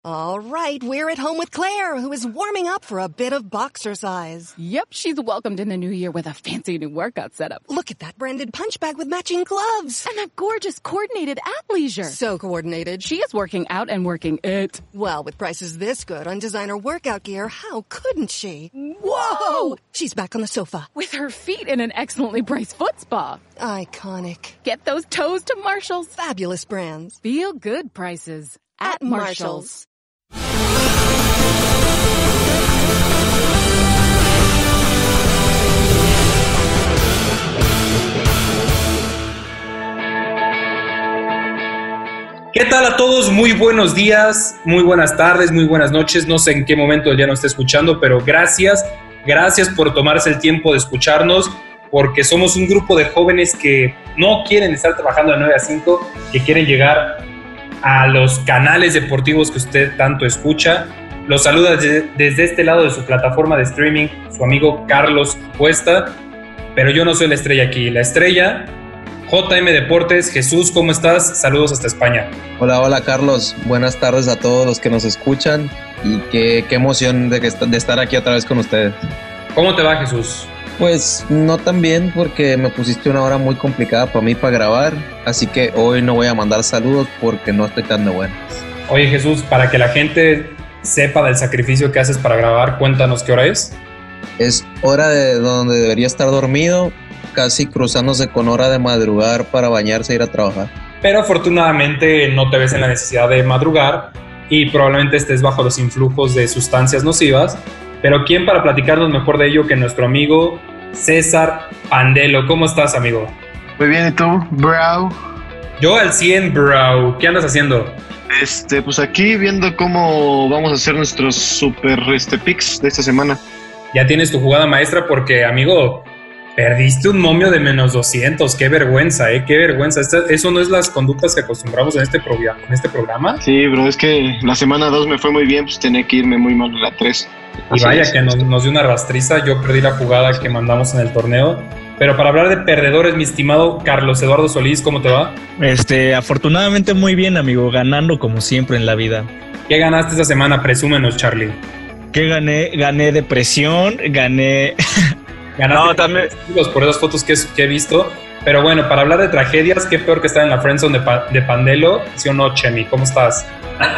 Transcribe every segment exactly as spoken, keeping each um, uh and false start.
All right, we're at home with Claire, who is warming up for a bit of boxercise. Yep, she's welcomed in the new year with a fancy new workout setup. Look at that branded punch bag with matching gloves. And that gorgeous coordinated athleisure. So coordinated. She is working out and working it. Well, with prices this good on designer workout gear, how couldn't she? Whoa! She's back on the sofa. With her feet in an excellently priced foot spa. Iconic. Get those toes to Marshall's. Fabulous brands. Feel good prices at, At Marshall's. Marshall's. ¿Qué tal a todos? Muy buenos días, muy buenas tardes, muy buenas noches. No sé en qué momento del día nos esté escuchando, pero gracias, gracias por tomarse el tiempo de escucharnos, porque somos un grupo de jóvenes que no quieren estar trabajando de nueve a cinco, que quieren llegar a los canales deportivos que usted tanto escucha. Los saluda desde, desde este lado de su plataforma de streaming su amigo Carlos Cuesta, pero yo no soy la estrella aquí. La estrella, J M Deportes. Jesús, ¿cómo estás? Saludos hasta España. Hola, hola Carlos. Buenas tardes a todos los que nos escuchan y qué, qué emoción de, que, de estar aquí otra vez con ustedes. ¿Cómo te va, Jesús? Pues no tan bien, porque me pusiste una hora muy complicada para mí para grabar, así que hoy no voy a mandar saludos porque no estoy tan de buenas. Oye, Jesús, para que la gente sepa del sacrificio que haces para grabar, cuéntanos qué hora es. Es hora de donde debería estar dormido, casi cruzándose con hora de madrugar para bañarse e ir a trabajar. Pero afortunadamente no te ves en la necesidad de madrugar y probablemente estés bajo los influjos de sustancias nocivas. Pero ¿quién para platicarnos mejor de ello que nuestro amigo César Pandelo? ¿Cómo estás, amigo? Muy bien, ¿y tú, bro? Yo al cien, bro. ¿Qué andas haciendo? Este, pues aquí viendo cómo vamos a hacer nuestros super este, picks de esta semana. Ya tienes tu jugada maestra porque, amigo, perdiste un momio de menos doscientos. Qué vergüenza, ¿eh? Qué vergüenza. Esta, ¿Eso no es las conductas que acostumbramos en este, programa, en este programa? Sí, bro, es que la semana dos me fue muy bien, pues tenía que irme muy mal en la tres. Y vaya que nos, nos dio una rastriza. Yo perdí la jugada que mandamos en el torneo. Pero para hablar de perdedores, mi estimado Carlos Eduardo Solís, ¿cómo te va? Este, afortunadamente muy bien, amigo, ganando como siempre en la vida. ¿Qué ganaste esta semana? Presúmenos, Charlie. ¿Qué gané? Gané depresión, gané... Ganaste no, también por esas fotos que, que he visto. Pero bueno, para hablar de tragedias, qué peor que estar en la friendzone de, pa, de Pandelo. ¿Sí o no, Chemi? ¿Cómo estás?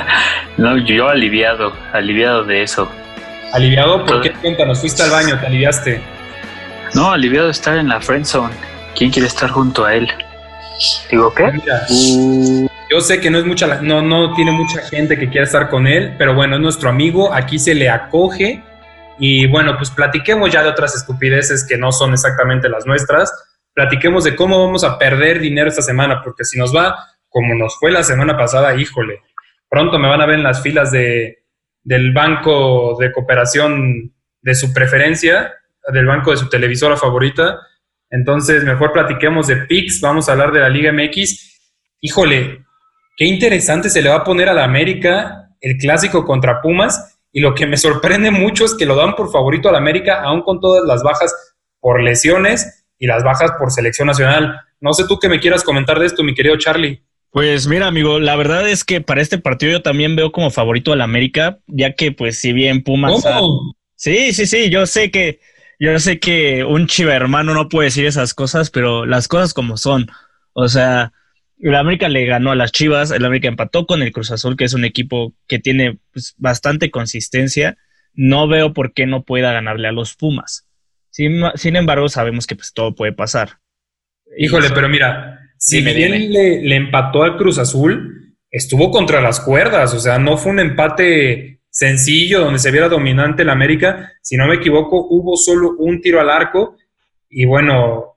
No, yo aliviado, aliviado de eso. ¿Aliviado? ¿Por qué? Cuéntanos, fuiste al baño, te aliviaste. No, aliviado de estar en la friendzone. ¿Quién quiere estar junto a él? ¿Digo qué? Mira, uh, yo sé que no es mucha, no, no tiene mucha gente que quiera estar con él, pero bueno, es nuestro amigo, aquí se le acoge. Y bueno, pues platiquemos ya de otras estupideces que no son exactamente las nuestras. Platiquemos de cómo vamos a perder dinero esta semana, porque si nos va como nos fue la semana pasada, híjole, pronto me van a ver en las filas de, del banco de cooperación de su preferencia, del banco de su televisora favorita. Entonces, mejor platiquemos de picks. Vamos a hablar de la Liga M X. Híjole, qué interesante se le va a poner a la América el clásico contra Pumas. Y lo que me sorprende mucho es que lo dan por favorito a la América, aún con todas las bajas por lesiones y las bajas por selección nacional. No sé tú qué me quieras comentar de esto, mi querido Charlie. Pues mira, amigo, la verdad es que para este partido yo también veo como favorito a la América, ya que pues si bien Pumas... ¿Cómo? Ha... Sí, sí, sí, yo sé que yo sé que un chiva hermano no puede decir esas cosas, pero las cosas como son. O sea, la América le ganó a las Chivas, el América empató con el Cruz Azul, que es un equipo que tiene pues, bastante consistencia. No veo por qué no pueda ganarle a los Pumas. Sin, sin embargo, sabemos que pues todo puede pasar. Híjole, pero mira, si dime, bien dime. Le, le empató al Cruz Azul, estuvo contra las cuerdas. O sea, no fue un empate sencillo donde se viera dominante el América. Si no me equivoco, hubo solo un tiro al arco. Y bueno,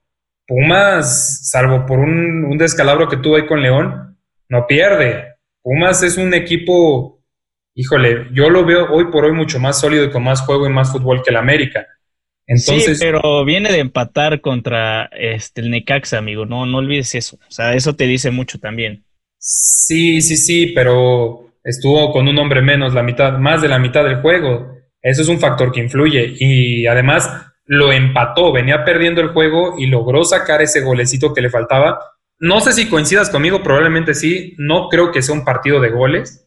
Pumas, salvo por un, un descalabro que tuvo ahí con León, no pierde. Pumas es un equipo, híjole, yo lo veo hoy por hoy mucho más sólido y con más juego y más fútbol que el América. Entonces, sí, pero viene de empatar contra este, el Necaxa, amigo. No, no olvides eso. O sea, eso te dice mucho también. Sí, sí, sí, pero estuvo con un hombre menos, la mitad, más de la mitad del juego. Eso es un factor que influye. Y además lo empató, venía perdiendo el juego y logró sacar ese golecito que le faltaba. No sé si coincidas conmigo, probablemente sí. No creo que sea un partido de goles.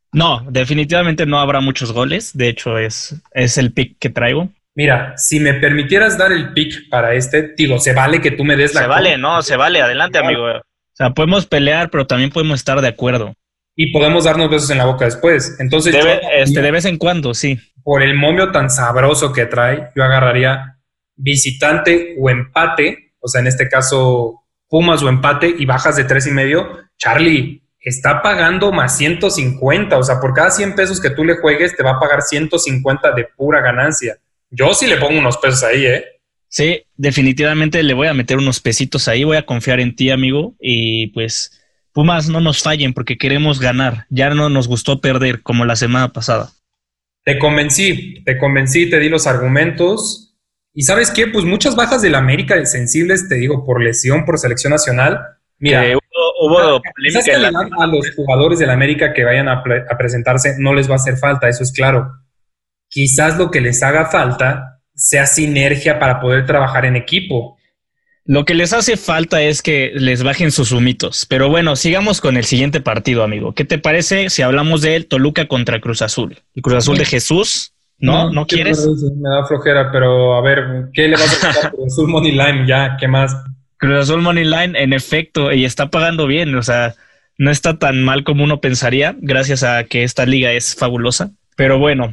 No, definitivamente no habrá muchos goles. De hecho, es, es el pick que traigo. Mira, si me permitieras dar el pick para este, digo, se vale que tú me des la... Se vale, no, se vale. Adelante, amigo. O sea, podemos pelear, pero también podemos estar de acuerdo. Y podemos darnos besos en la boca después. Entonces, Debe, yo, este, de vez en cuando, sí. por el momio tan sabroso que trae, yo agarraría visitante o empate, o sea, en este caso, Pumas o empate y bajas de tres y medio. Charlie está pagando más ciento cincuenta, o sea, por cada cien pesos que tú le juegues, te va a pagar ciento cincuenta de pura ganancia. Yo sí le pongo unos pesos ahí, ¿eh? Sí, definitivamente le voy a meter unos pesitos ahí, voy a confiar en ti, amigo, y pues Pumas no nos fallen porque queremos ganar, ya no nos gustó perder como la semana pasada. Te convencí, te convencí, te di los argumentos, y ¿sabes qué? Pues muchas bajas del América sensibles, te digo, por lesión, por selección nacional. Mira, que hubo, hubo quizás polémica en la... a los jugadores del América que vayan a, pre- a presentarse no les va a hacer falta, eso es claro. Quizás lo que les haga falta sea sinergia para poder trabajar en equipo. Lo que les hace falta es que les bajen sus humitos. Pero bueno, sigamos con el siguiente partido, amigo. ¿Qué te parece si hablamos de Toluca contra Cruz Azul? El Cruz Azul de Jesús, ¿no? ¿No, ¿no quieres? Me da flojera, pero a ver, ¿qué le vas a quitar a Cruz Azul Money Line ya? ¿Qué más? Cruz Azul Money Line, en efecto, y está pagando bien. O sea, no está tan mal como uno pensaría, gracias a que esta liga es fabulosa. Pero bueno,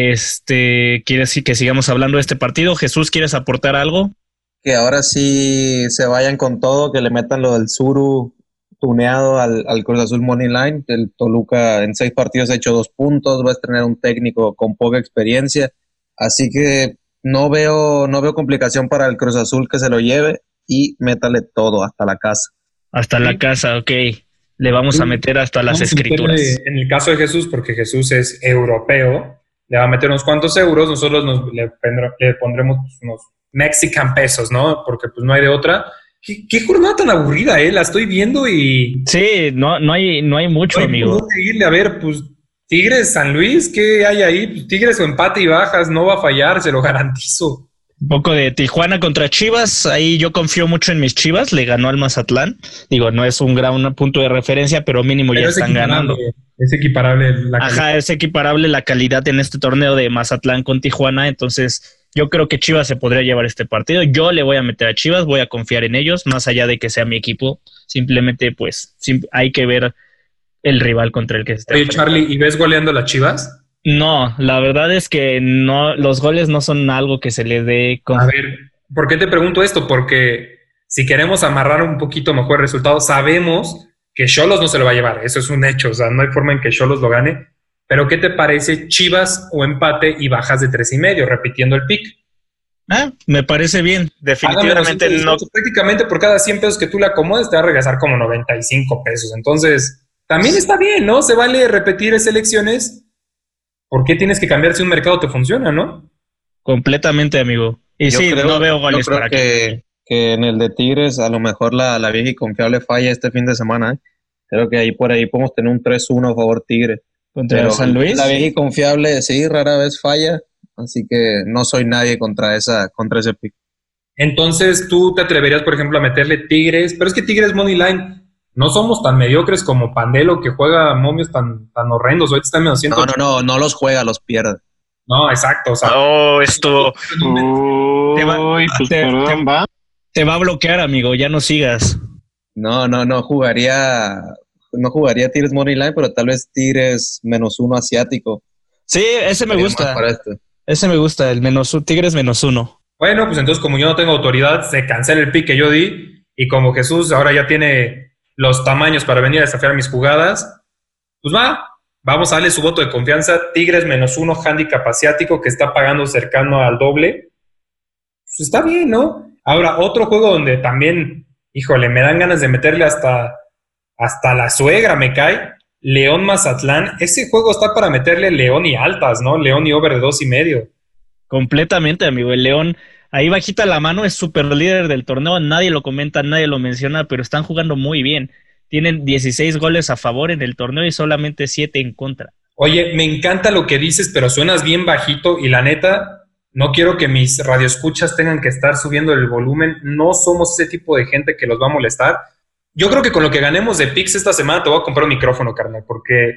este, ¿quieres que sigamos hablando de este partido? Jesús, ¿quieres aportar algo? Que ahora sí se vayan con todo, que le metan lo del Suru tuneado al, al Cruz Azul Money Line. El Toluca en seis partidos ha hecho dos puntos, va a tener un técnico con poca experiencia, así que no veo, no veo complicación para el Cruz Azul que se lo lleve y métale todo hasta la casa. Hasta la casa, ok. Le vamos a meter hasta las Vamos a escrituras. meterle, en el caso de Jesús, porque Jesús es europeo, le va a meter unos cuantos euros, nosotros nos, le, le pondremos unos Mexican pesos, ¿no? Porque pues no hay de otra. ¿Qué, qué jornada tan aburrida, eh? La estoy viendo y... Sí, no, no hay, no hay mucho, no hay amigo. por dónde irle. A ver, pues Tigres, San Luis, ¿qué hay ahí? Pues, Tigres o empate y bajas, no va a fallar, se lo garantizo. Un poco de Tijuana contra Chivas, ahí yo confío mucho en mis Chivas, le ganó al Mazatlán. Digo, no es un gran punto de referencia, pero mínimo pero ya están ganando. Es equiparable la calidad. Ajá, es equiparable la calidad en este torneo de Mazatlán con Tijuana, entonces yo creo que Chivas se podría llevar este partido. Yo le voy a meter a Chivas, voy a confiar en ellos, más allá de que sea mi equipo. Simplemente, pues, hay que ver el rival contra el que se está Oye, Charlie, ¿y ves goleando las Chivas? No, la verdad es que no, los goles no son algo que se le dé con... A ver, ¿por qué te pregunto esto? Porque si queremos amarrar un poquito mejor el resultado, sabemos que Xolos no se lo va a llevar, eso es un hecho, o sea, no hay forma en que Xolos lo gane, pero ¿qué te parece Chivas o empate y bajas de tres y medio, repitiendo el pick? Ah, me parece bien, definitivamente no... Prácticamente por cada cien pesos que tú le acomodes te va a regresar como noventa y cinco pesos, entonces también está bien, ¿no? Se vale repetir selecciones. ¿Por qué tienes que cambiar si un mercado te funciona, no? Completamente, amigo. Y yo sí, creo, no veo goles yo creo para que, que... que en el de Tigres a lo mejor la, la vieja y confiable falla este fin de semana. ¿eh? Creo que ahí por ahí podemos tener un tres uno a favor Tigre. ¿Contra Pero San Luis? La vieja y confiable sí, rara vez falla, así que no soy nadie contra, esa, contra ese pick. Entonces tú te atreverías, por ejemplo, a meterle Tigres, pero es que Tigres Money Line... No somos tan mediocres como Pandelo, que juega momios tan, tan horrendos. Ahorita está en menos ciento. No, no, no, no los juega, los pierde. No, exacto. O sea, oh, esto... Uy, te va, pues te, perdón, te, va. te va a bloquear, amigo, ya no sigas. No, no, no jugaría... No jugaría Tigres Money Line, pero tal vez Tigres menos uno asiático. Sí, ese me gusta. Para este. Ese me gusta, el menos Tigres menos uno. Bueno, pues entonces como yo no tengo autoridad, se cancela el pick que yo di. Y como Jesús ahora ya tiene los tamaños para venir a desafiar mis jugadas, pues va, vamos a darle su voto de confianza. Tigres menos uno, handicap asiático, que está pagando cercano al doble. Pues está bien, ¿no? Ahora, otro juego donde también, híjole, me dan ganas de meterle hasta, hasta la suegra, me cae. León Mazatlán, ese juego está para meterle León y altas, ¿no? León y over de dos y medio. Completamente, amigo. El León, ahí bajita la mano, es super líder del torneo. Nadie lo comenta, nadie lo menciona, pero están jugando muy bien. Tienen dieciséis goles a favor en el torneo y solamente siete en contra. Oye, me encanta lo que dices, pero suenas bien bajito y la neta, no quiero que mis radioescuchas tengan que estar subiendo el volumen. No somos ese tipo de gente que los va a molestar. Yo creo que con lo que ganemos de Pix esta semana te voy a comprar un micrófono, carnal, porque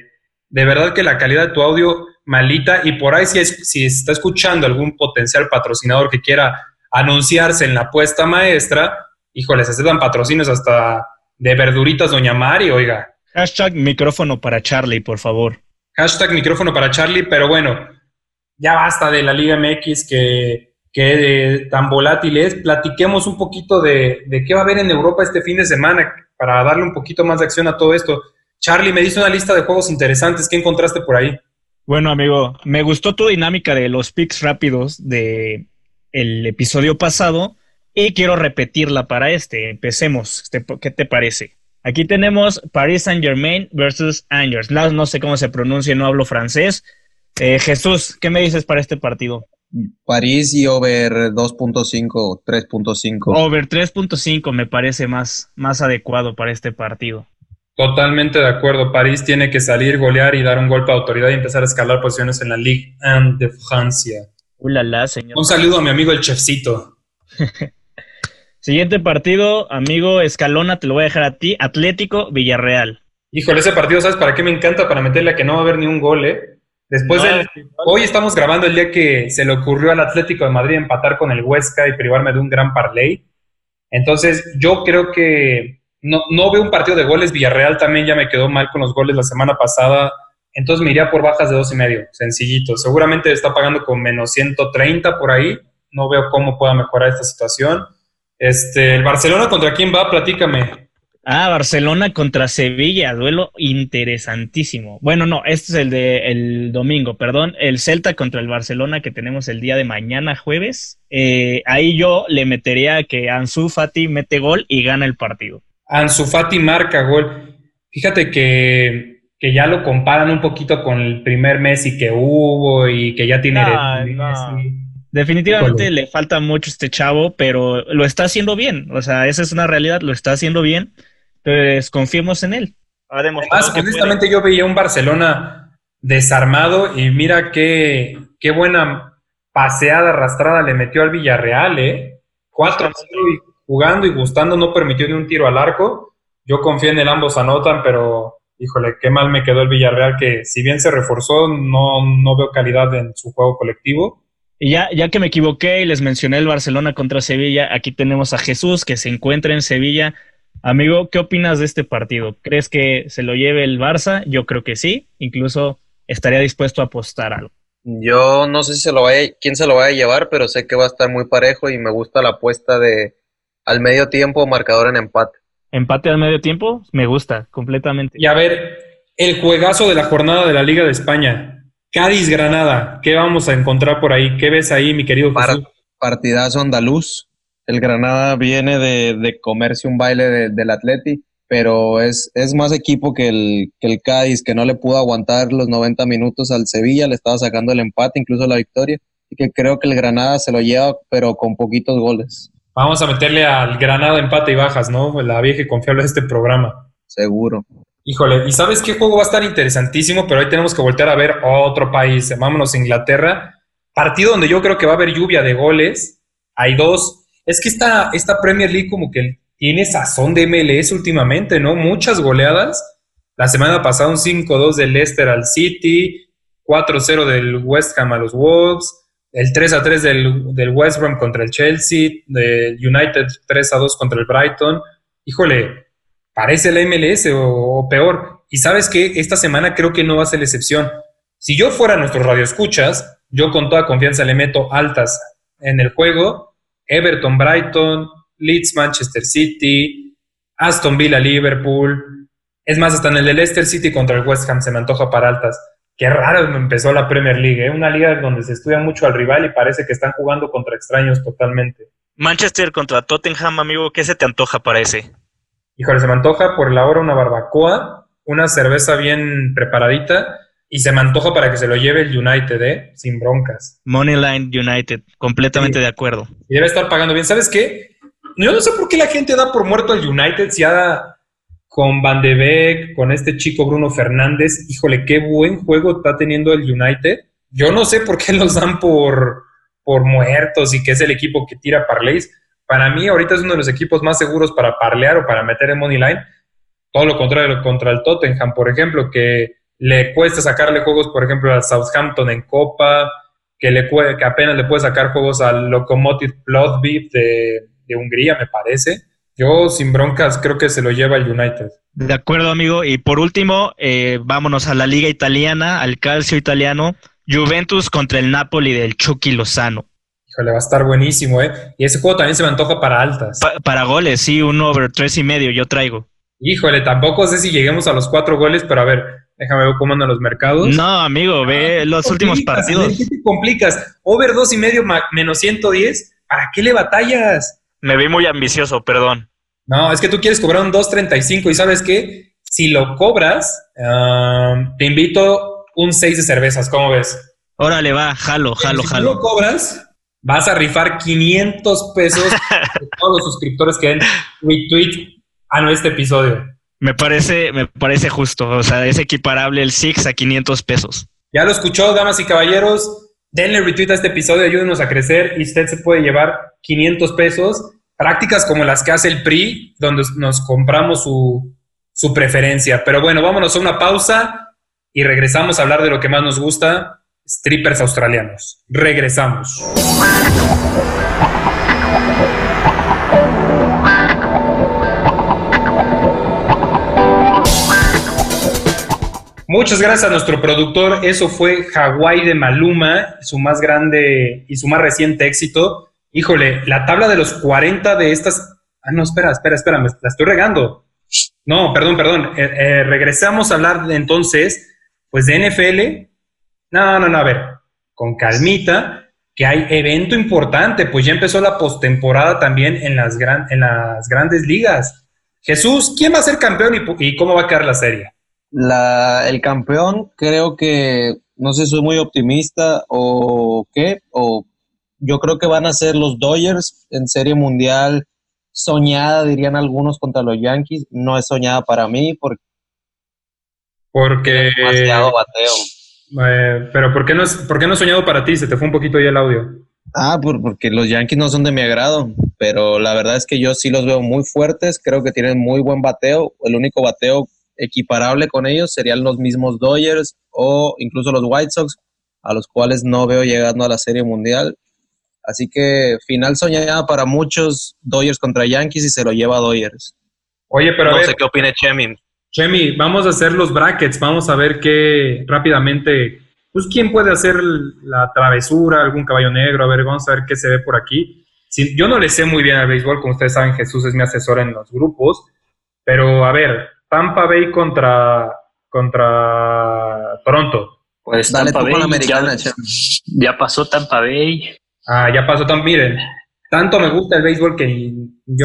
De verdad que la calidad de tu audio malita, y por ahí si, es, si está escuchando algún potencial patrocinador que quiera anunciarse en la apuesta maestra, híjole, se aceptan patrocinios hasta de verduritas Doña Mari, oiga. Hashtag micrófono para Charlie, por favor. Hashtag micrófono para Charlie, pero bueno, ya basta de la Liga M X que, que eh, tan volátil es. Platiquemos un poquito de, de qué va a haber en Europa este fin de semana para darle un poquito más de acción a todo esto. Charlie, me diste una lista de juegos interesantes. ¿Qué encontraste por ahí? Bueno, amigo, me gustó tu dinámica de los picks rápidos de el episodio pasado y quiero repetirla para este. Empecemos. ¿Qué te parece? Aquí tenemos Paris Saint-Germain versus Angers. No, no sé cómo se pronuncia, no hablo francés. Eh, Jesús, ¿qué me dices para este partido? París y over dos punto cinco o tres punto cinco. Over tres punto cinco me parece más, más adecuado para este partido. Totalmente de acuerdo. París tiene que salir, golear y dar un golpe de autoridad y empezar a escalar posiciones en la Ligue uno de Francia. Ulala, señor. Un saludo a mi amigo el chefcito. Siguiente partido, amigo Escalona, te lo voy a dejar a ti. Atlético Villarreal. Híjole, ese partido, ¿sabes para qué me encanta? Para meterle a que no va a haber ni un gol, ¿eh? Después no, del... Hoy estamos grabando el día que se le ocurrió al Atlético de Madrid empatar con el Huesca y privarme de un gran parlay. Entonces, yo creo que no, no veo un partido de goles. Villarreal también ya me quedó mal con los goles la semana pasada. Entonces me iría por bajas de dos y medio, sencillito. Seguramente está pagando con menos ciento treinta por ahí. No veo cómo pueda mejorar esta situación. Este, el Barcelona, ¿contra quién va? Platícame. Ah, Barcelona contra Sevilla, duelo interesantísimo. Bueno, no, este es el de el domingo, perdón. El Celta contra el Barcelona que tenemos el día de mañana, jueves. Eh, ahí yo le metería que Ansu Fati mete gol y gana el partido. Ansu Fati marca gol. Fíjate que, que ya lo comparan un poquito con el primer Messi que hubo y que ya tiene... No, no. Definitivamente Híjole. Le falta mucho este chavo, pero lo está haciendo bien. O sea, esa es una realidad, lo está haciendo bien. Entonces, confiemos en él. Además, honestamente puede. Yo veía un Barcelona desarmado y mira qué, qué buena paseada arrastrada le metió al Villarreal, ¿eh? cuatro a cero y jugando y gustando, no permitió ni un tiro al arco. Yo confío en el ambos anotan, pero híjole, qué mal me quedó el Villarreal, que si bien se reforzó, no, no veo calidad en su juego colectivo. Y ya, ya que me equivoqué y les mencioné el Barcelona contra Sevilla, aquí tenemos a Jesús que se encuentra en Sevilla. Amigo, ¿qué opinas de este partido? ¿Crees que se lo lleve el Barça? Yo creo que sí, incluso estaría dispuesto a apostar algo. Yo no sé si se lo vaya, quién se lo vaya a llevar, pero sé que va a estar muy parejo y me gusta la apuesta de al medio tiempo, marcador en empate. ¿Empate al medio tiempo? Me gusta, completamente. Y a ver, el juegazo de la jornada de la Liga de España. Cádiz-Granada, ¿qué vamos a encontrar por ahí? ¿Qué ves ahí, mi querido Jesús? Partidazo andaluz. El Granada viene de, de comerse un baile de, del Atleti, pero es, es más equipo que el, que el Cádiz, que no le pudo aguantar los noventa minutos al Sevilla, le estaba sacando el empate, incluso la victoria, y que creo que el Granada se lo lleva, pero con poquitos goles. Vamos a meterle al Granada empate y bajas, ¿no? La vieja y confiable de este programa. Seguro. Híjole, ¿y sabes qué juego va a estar interesantísimo? Pero ahí tenemos que voltear a ver otro país. Vámonos a Inglaterra. Partido donde yo creo que va a haber lluvia de goles. Hay dos. Es que esta, esta Premier League como que tiene sazón de M L S últimamente, ¿no? Muchas goleadas. La semana pasada un cinco dos del Leicester al City, cuatro cero del West Ham a los Wolves, el tres a tres del, del West Brom contra el Chelsea, del United tres a dos contra el Brighton. Híjole, parece la M L S o, o peor. Y ¿sabes qué? Esta semana creo que no va a ser la excepción. Si yo fuera nuestros radioescuchas, yo con toda confianza le meto altas en el juego. Everton, Brighton, Leeds, Manchester City, Aston Villa, Liverpool. Es más, hasta en el de Leicester City contra el West Ham se me antoja para altas. Qué raro empezó la Premier League, ¿eh? Una liga donde se estudia mucho al rival y parece que están jugando contra extraños totalmente. Manchester contra Tottenham, amigo, ¿qué se te antoja para ese? Híjole, se me antoja por la hora una barbacoa, una cerveza bien preparadita y se me antoja para que se lo lleve el United, ¿eh? Sin broncas. Moneyline United, completamente sí. De acuerdo. Y debe estar pagando bien. ¿Sabes qué? Yo no sé por qué la gente da por muerto al United si ya con Van de Beek, con este chico Bruno Fernández. Híjole, qué buen juego está teniendo el United. Yo no sé por qué los dan por, por muertos y que es el equipo que tira parlays. Para mí ahorita es uno de los equipos más seguros para parlear o para meter en Moneyline. Todo lo contrario contra el Tottenham, por ejemplo, que le cuesta sacarle juegos, por ejemplo, a Southampton en Copa, que, le, que apenas le puede sacar juegos al Lokomotiv Plovdiv de, de Hungría, me parece. Yo, sin broncas, creo que se lo lleva el United. De acuerdo, amigo. Y por último, eh, vámonos a la Liga Italiana, al calcio italiano. Juventus contra el Napoli del Chucky Lozano. Híjole, va a estar buenísimo, ¿eh? Y ese juego también se me antoja para altas. Pa- para goles, sí, un over tres y medio yo traigo. Híjole, tampoco sé si lleguemos a los cuatro goles, pero a ver, déjame ver cómo andan los mercados. No, amigo, ve Ah, los ¿qué últimos complicas, partidos. ¿Qué te complicas? Over dos y medio ma- menos ciento diez. ¿Para qué le batallas? Me vi muy ambicioso, perdón. No, es que tú quieres cobrar un dos treinta y cinco y ¿sabes qué? Si lo cobras, um, te invito un seis de cervezas, ¿cómo ves? Órale, va, jalo, jalo, si jalo. tú lo cobras, vas a rifar quinientos pesos de todos los suscriptores que den retweet a nuestro episodio. Me parece, me parece justo, o sea, es equiparable el Six a quinientos pesos. Ya lo escuchó, damas y caballeros. Denle retweet a este episodio, ayúdenos a crecer y usted se puede llevar quinientos pesos. Prácticas como las que hace el P R I, donde nos compramos su, su preferencia. Pero bueno, vámonos a una pausa y regresamos a hablar de lo que más nos gusta, strippers australianos. Regresamos. Muchas gracias a nuestro productor. Eso fue Hawái de Maluma, su más grande y su más reciente éxito. Híjole, la tabla de los cuarenta de estas... Ah, no, espera, espera, espera, me la estoy regando. No, perdón, perdón. Eh, eh, regresamos a hablar de, entonces, pues de N F L. No, no, no, a ver, con calmita, que hay evento importante, pues ya empezó la postemporada también en las, gran, en las grandes ligas. Jesús, ¿quién va a ser campeón y, y cómo va a quedar la serie? La, el campeón, creo que, no sé si soy muy optimista o qué, o yo creo que van a ser los Dodgers en serie mundial soñada, dirían algunos, contra los Yankees. No es soñada para mí porque, porque es demasiado bateo. Eh, pero ¿por qué, no es, ¿por qué no es soñado para ti? Se te fue un poquito ya el audio. Ah, por, porque los Yankees no son de mi agrado, pero la verdad es que yo sí los veo muy fuertes, creo que tienen muy buen bateo. El único bateo equiparable con ellos serían los mismos Dodgers o incluso los White Sox, a los cuales no veo llegando a la Serie Mundial. Así que final soñada para muchos, Dodgers contra Yankees, y se lo lleva a Dodgers. Oye, pero no a ver, sé qué opine Chemi. Chemi, vamos a hacer los brackets, vamos a ver qué rápidamente, pues quién puede hacer la travesura, algún caballo negro, a ver, vamos a ver qué se ve por aquí. Si, yo no le sé muy bien al béisbol, como ustedes saben, Jesús es mi asesor en los grupos, pero a ver, Tampa Bay contra, contra Toronto. Pues Dale Tampa tú con Bay la americana, ya, Chemi. ya pasó Tampa Bay. Ah, ya pasó, tan, miren, tanto me gusta el béisbol que yo,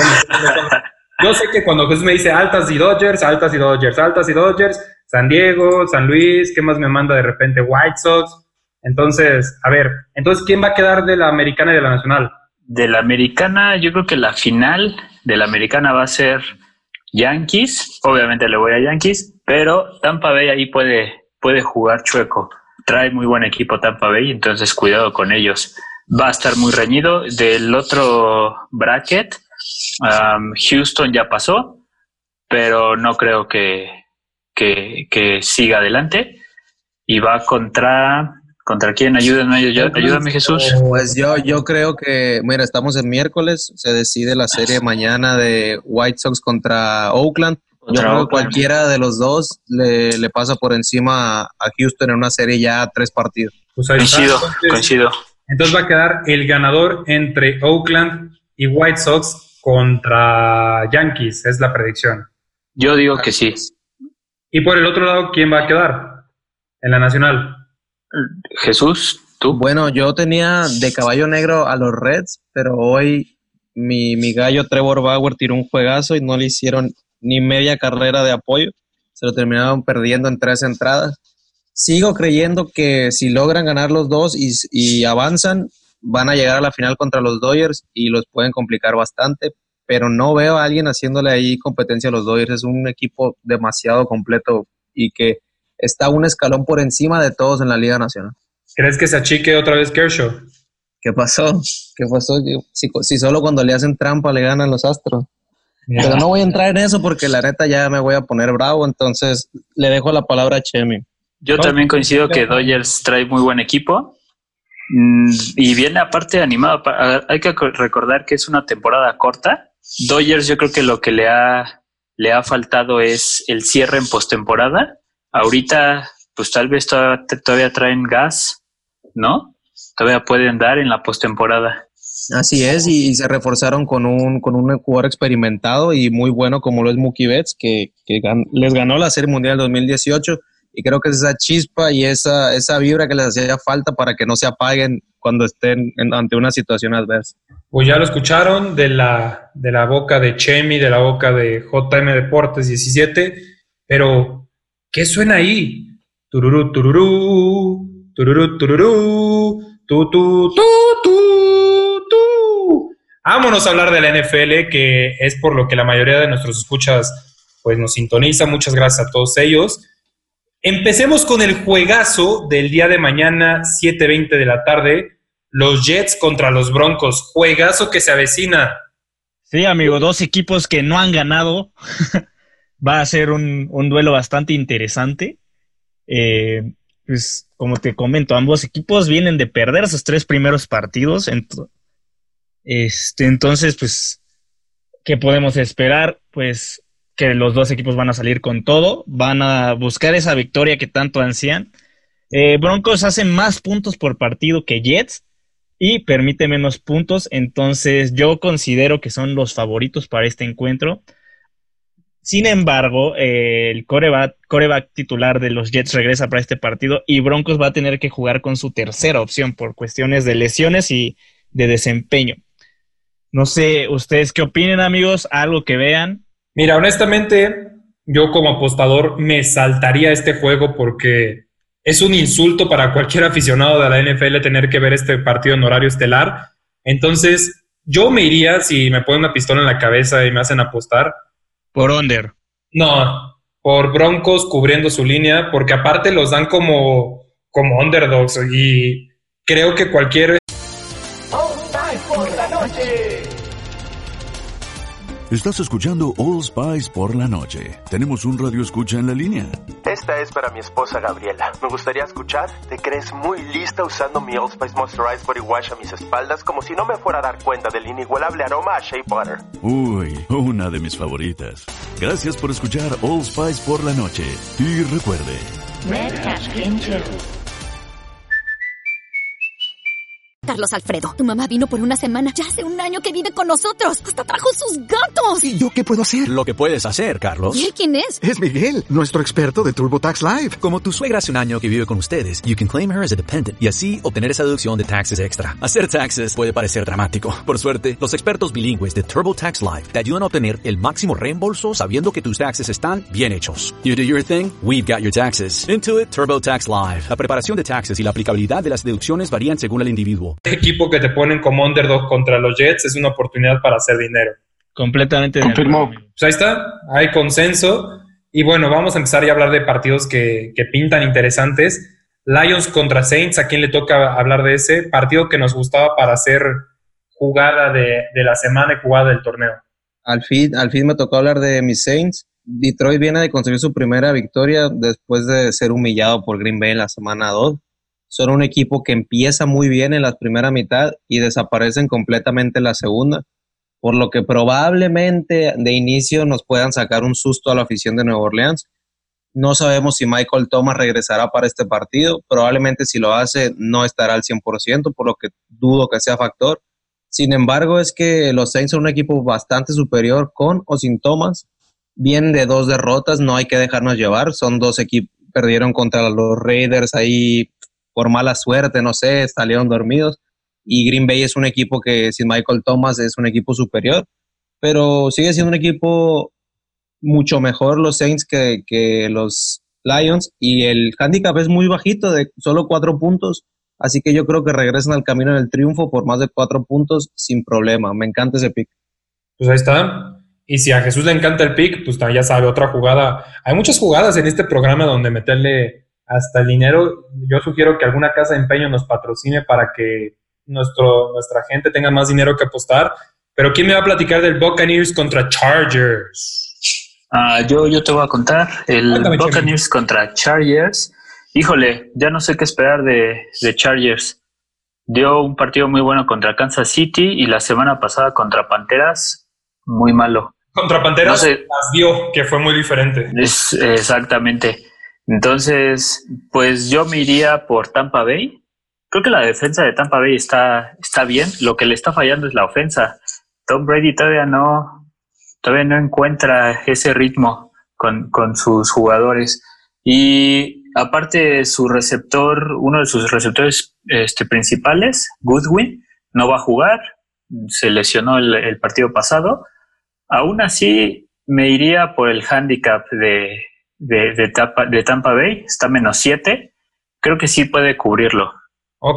yo sé que cuando Jesús me dice altas y Dodgers, altas y Dodgers, altas y Dodgers, San Diego, San Luis, ¿qué más me manda de repente? White Sox. Entonces, a ver, entonces, ¿quién va a quedar de la americana y de la nacional? De la americana, yo creo que la final de la americana va a ser Yankees. Obviamente le voy a Yankees, pero Tampa Bay ahí puede, puede jugar chueco. Trae muy buen equipo Tampa Bay, entonces cuidado con ellos. Va a estar muy reñido. Del otro bracket, um, Houston ya pasó, pero no creo que, que, que siga adelante. Y va contra... ¿Contra quién? Ayúdame, ayúdame, Jesús. Pues yo, yo creo que, mira, estamos en miércoles, se decide la serie mañana de White Sox contra Oakland. Yo Contra creo que Oakland. cualquiera de los dos le, le pasa por encima a Houston en una serie ya tres partidos. Pues ahí está. Coincido, Entonces, coincido. entonces va a quedar el ganador entre Oakland y White Sox contra Yankees, es la predicción. Yo digo que sí. Y por el otro lado, ¿quién va a quedar en la nacional? Jesús, tú. Bueno, yo tenía de caballo negro a los Reds, pero hoy mi, mi gallo Trevor Bauer tiró un juegazo y no le hicieron ni media carrera de apoyo. Se lo terminaron perdiendo en tres entradas. Sigo creyendo que si logran ganar los dos y, y avanzan, van a llegar a la final contra los Dodgers y los pueden complicar bastante, pero no veo a alguien haciéndole ahí competencia a los Dodgers. Es un equipo demasiado completo y que está un escalón por encima de todos en la Liga Nacional. ¿Crees que se achique otra vez Kershaw? ¿Qué pasó? ¿Qué pasó? Si, si solo cuando le hacen trampa le ganan los Astros. Mira. Pero no voy a entrar en eso porque la neta ya me voy a poner bravo, entonces le dejo la palabra a Chemi. Yo también coincido que Dodgers trae muy buen equipo mm, y viene aparte animado. Hay que recordar que es una temporada corta. Dodgers yo creo que lo que le ha, le ha faltado es el cierre en postemporada. Ahorita pues tal vez todavía, todavía traen gas, ¿no? Todavía pueden dar en la postemporada. Así es, y, y se reforzaron con un con un jugador experimentado y muy bueno como lo es Mookie Betts, que, que gan, les ganó la Serie Mundial dos mil dieciocho, y creo que es esa chispa y esa, esa vibra que les hacía falta para que no se apaguen cuando estén en, ante una situación adversa. Pues ya lo escucharon de la, de la boca de Chemi, de la boca de J M Deportes diecisiete, pero ¿qué suena ahí? Tururú, tururú, tururú, tururú, tu, tu, tu, tu, tu. Vámonos a hablar de la N F L, que es por lo que la mayoría de nuestros escuchas pues nos sintoniza. Muchas gracias a todos ellos. Empecemos con el juegazo del día de mañana, siete veinte de la tarde. Los Jets contra los Broncos. Juegazo que se avecina. Sí, amigo, dos equipos que no han ganado. Va a ser un, un duelo bastante interesante. Eh, pues, como te comento, ambos equipos vienen de perder sus tres primeros partidos. Ent- este, entonces, pues, ¿qué podemos esperar? Pues que los dos equipos van a salir con todo. Van a buscar esa victoria que tanto ansían. Eh, Broncos hacen más puntos por partido que Jets y permite menos puntos, entonces yo considero que son los favoritos para este encuentro. Sin embargo, eh, el coreback, coreback titular de los Jets regresa para este partido y Broncos va a tener que jugar con su tercera opción por cuestiones de lesiones y de desempeño. No sé, ¿ustedes qué opinen, amigos? ¿Algo que vean? Mira, honestamente, yo como apostador me saltaría este juego porque es un insulto para cualquier aficionado de la N F L tener que ver este partido en horario estelar. Entonces, yo me iría, si me ponen una pistola en la cabeza y me hacen apostar. Por under. No, por Broncos cubriendo su línea, porque aparte los dan como, como underdogs y creo que cualquier... Estás escuchando All Spice por la noche. Tenemos un radio escucha en la línea. Esta es para mi esposa Gabriela. Me gustaría escuchar. ¿Te crees muy lista usando mi All Spice Moisturized Body Wash a mis espaldas como si no me fuera a dar cuenta del inigualable aroma a Shea Butter? Uy, una de mis favoritas. Gracias por escuchar All Spice por la noche. Y recuerde... Red Catchkin two. Carlos Alfredo, tu mamá vino por una semana. Ya hace un año que vive con nosotros. Hasta trajo sus gatos. ¿Y yo qué puedo hacer? Lo que puedes hacer, Carlos. ¿Y él quién es? Es Miguel, nuestro experto de TurboTax Live. Como tu suegra hace un año que vive con ustedes, you can claim her as a dependent y así obtener esa deducción de taxes extra. Hacer taxes puede parecer dramático. Por suerte, los expertos bilingües de TurboTax Live te ayudan a obtener el máximo reembolso sabiendo que tus taxes están bien hechos. You do your thing, we've got your taxes. Intuit TurboTax Live. La preparación de taxes y la aplicabilidad de las deducciones varían según el individuo. Equipo que te ponen como underdog contra los Jets es una oportunidad para hacer dinero. Completamente. Confirmó. Pues ahí está, hay consenso. Y bueno, vamos a empezar ya a hablar de partidos que, que pintan interesantes. Lions contra Saints, ¿a quién le toca hablar de ese partido que nos gustaba para hacer jugada de, de la semana y jugada del torneo? Al fin, al fin me tocó hablar de mis Saints. Detroit viene de conseguir su primera victoria después de ser humillado por Green Bay en la semana dos. Son un equipo que empieza muy bien en la primera mitad y desaparecen completamente en la segunda, por lo que probablemente de inicio nos puedan sacar un susto a la afición de Nueva Orleans. No sabemos si Michael Thomas regresará para este partido, probablemente si lo hace no estará al cien por ciento, por lo que dudo que sea factor. Sin embargo, es que los Saints son un equipo bastante superior con o sin Thomas. Vienen de dos derrotas, no hay que dejarnos llevar, son dos equipos, perdieron contra los Raiders ahí por mala suerte, no sé, salieron dormidos, y Green Bay es un equipo que sin Michael Thomas es un equipo superior, pero sigue siendo un equipo mucho mejor los Saints que, que los Lions, y el handicap es muy bajito, de solo cuatro puntos, así que yo creo que regresan al camino del triunfo por más de cuatro puntos sin problema. Me encanta ese pick. Pues ahí está. Y si a Jesús le encanta el pick, pues ya sabe, otra jugada. Hay muchas jugadas en este programa donde meterle hasta el dinero. Yo sugiero que alguna casa de empeño nos patrocine para que nuestro, nuestra gente tenga más dinero que apostar. Pero ¿quién me va a platicar del Buccaneers contra Chargers? Uh, yo, yo te voy a contar el Cuéntame, Buccaneers Chemi. Contra Chargers. híjole, ya no sé qué esperar de, de Chargers. Dio un partido muy bueno contra Kansas City y la semana pasada contra Panteras, muy malo. Contra Panteras No sé. las dio, que fue muy diferente. Es, exactamente. Entonces, pues yo me iría por Tampa Bay. Creo que la defensa de Tampa Bay está, está bien. Lo que le está fallando es la ofensa. Tom Brady todavía no, todavía no encuentra ese ritmo con, con sus jugadores. Y aparte, su receptor, uno de sus receptores este, principales, Goodwin, no va a jugar. Se lesionó el, el partido pasado. Aún así, me iría por el handicap de, de, de, Tampa, de Tampa Bay. Está menos siete. Creo que sí puede cubrirlo. Ok,